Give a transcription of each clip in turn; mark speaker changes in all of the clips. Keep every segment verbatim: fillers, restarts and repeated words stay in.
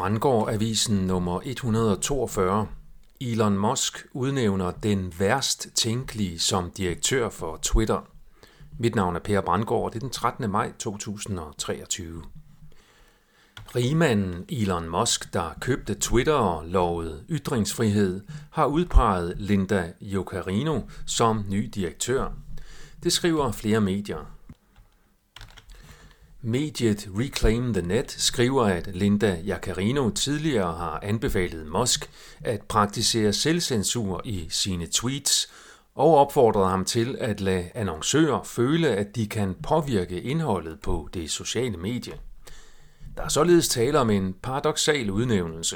Speaker 1: Brandgård-avisen nummer et hundrede og toogfyrre. Elon Musk udnævner den værst tænkelige som direktør for Twitter. Mit navn er Per Brandgård, og det er den trettende maj to tusind og treogtyve. Rigmanden Elon Musk, der købte Twitter og lovede ytringsfrihed, har udpeget Linda Yaccarino som ny direktør. Det skriver flere medier. Mediet Reclaim the Net skriver, at Linda Yaccarino tidligere har anbefalet Musk at praktisere selvcensur i sine tweets og opfordret ham til at lade annoncører føle, at de kan påvirke indholdet på det sociale medie. Der er således tale om en paradoksal udnævnelse.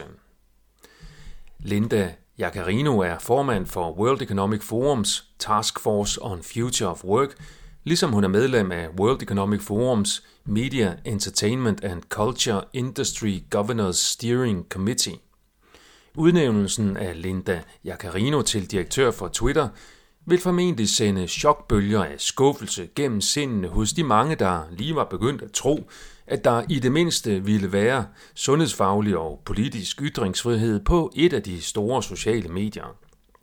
Speaker 1: Linda Yaccarino er formand for World Economic Forums Task Force on Future of Work, ligesom hun er medlem af World Economic Forums Media, Entertainment and Culture Industry Governors Steering Committee. Udnævnelsen af Linda Yaccarino til direktør for Twitter vil formentlig sende chokbølger af skuffelse gennem sindene hos de mange, der lige var begyndt at tro, at der i det mindste ville være sundhedsfaglig og politisk ytringsfrihed på et af de store sociale medier.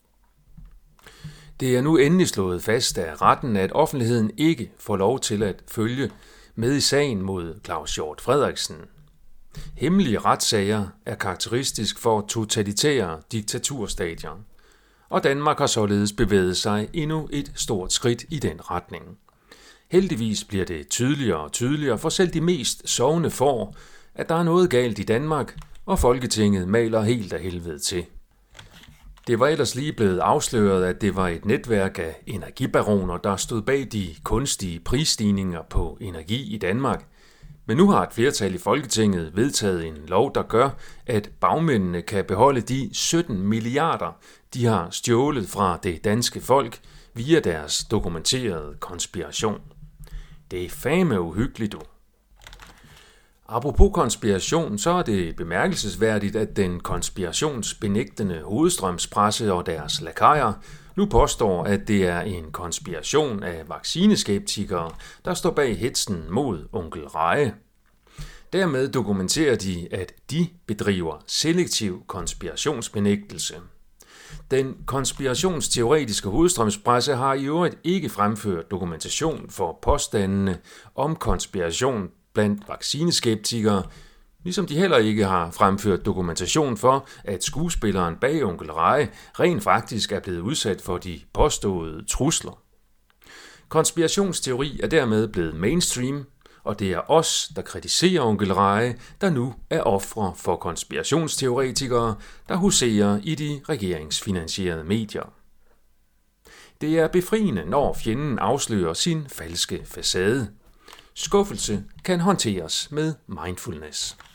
Speaker 1: Det er nu endelig slået fast af retten, at offentligheden ikke får lov til at følge med i sagen mod Claus Hjort Frederiksen. Hemmelige retssager er karakteristisk for totalitære diktaturstadier, og Danmark har således bevæget sig endnu et stort skridt i den retning. Heldigvis bliver det tydeligere og tydeligere for selv de mest sovende får, at der er noget galt i Danmark, og Folketinget maler helt af helvede til. Det var ellers lige blevet afsløret, at det var et netværk af energibaroner, der stod bag de kunstige prisstigninger på energi i Danmark. Men nu har et flertal i Folketinget vedtaget en lov, der gør, at bagmændene kan beholde de sytten milliarder, de har stjålet fra det danske folk via deres dokumenterede konspiration. Det er fandme uhyggeligt, du. Apropos konspiration, så er det bemærkelsesværdigt, at den konspirationsbenægtende hovedstrømspresse og deres lakajer nu påstår, at det er en konspiration af vaccineskeptikere, der står bag hetsen mod onkel Reje. Dermed dokumenterer de, at de bedriver selektiv konspirationsbenægtelse. Den konspirationsteoretiske hovedstrømspresse har i øvrigt ikke fremført dokumentation for påstandene om konspiration blandt vaccineskeptikere, ligesom de heller ikke har fremført dokumentation for, at skuespilleren bag onkel Reje rent faktisk er blevet udsat for de påståede trusler. Konspirationsteori er dermed blevet mainstream, og det er os, der kritiserer onkel Reje, der nu er ofre for konspirationsteoretikere, der huserer i de regeringsfinansierede medier. Det er befriende, når fjenden afslører sin falske facade. Skuffelse kan håndteres med mindfulness.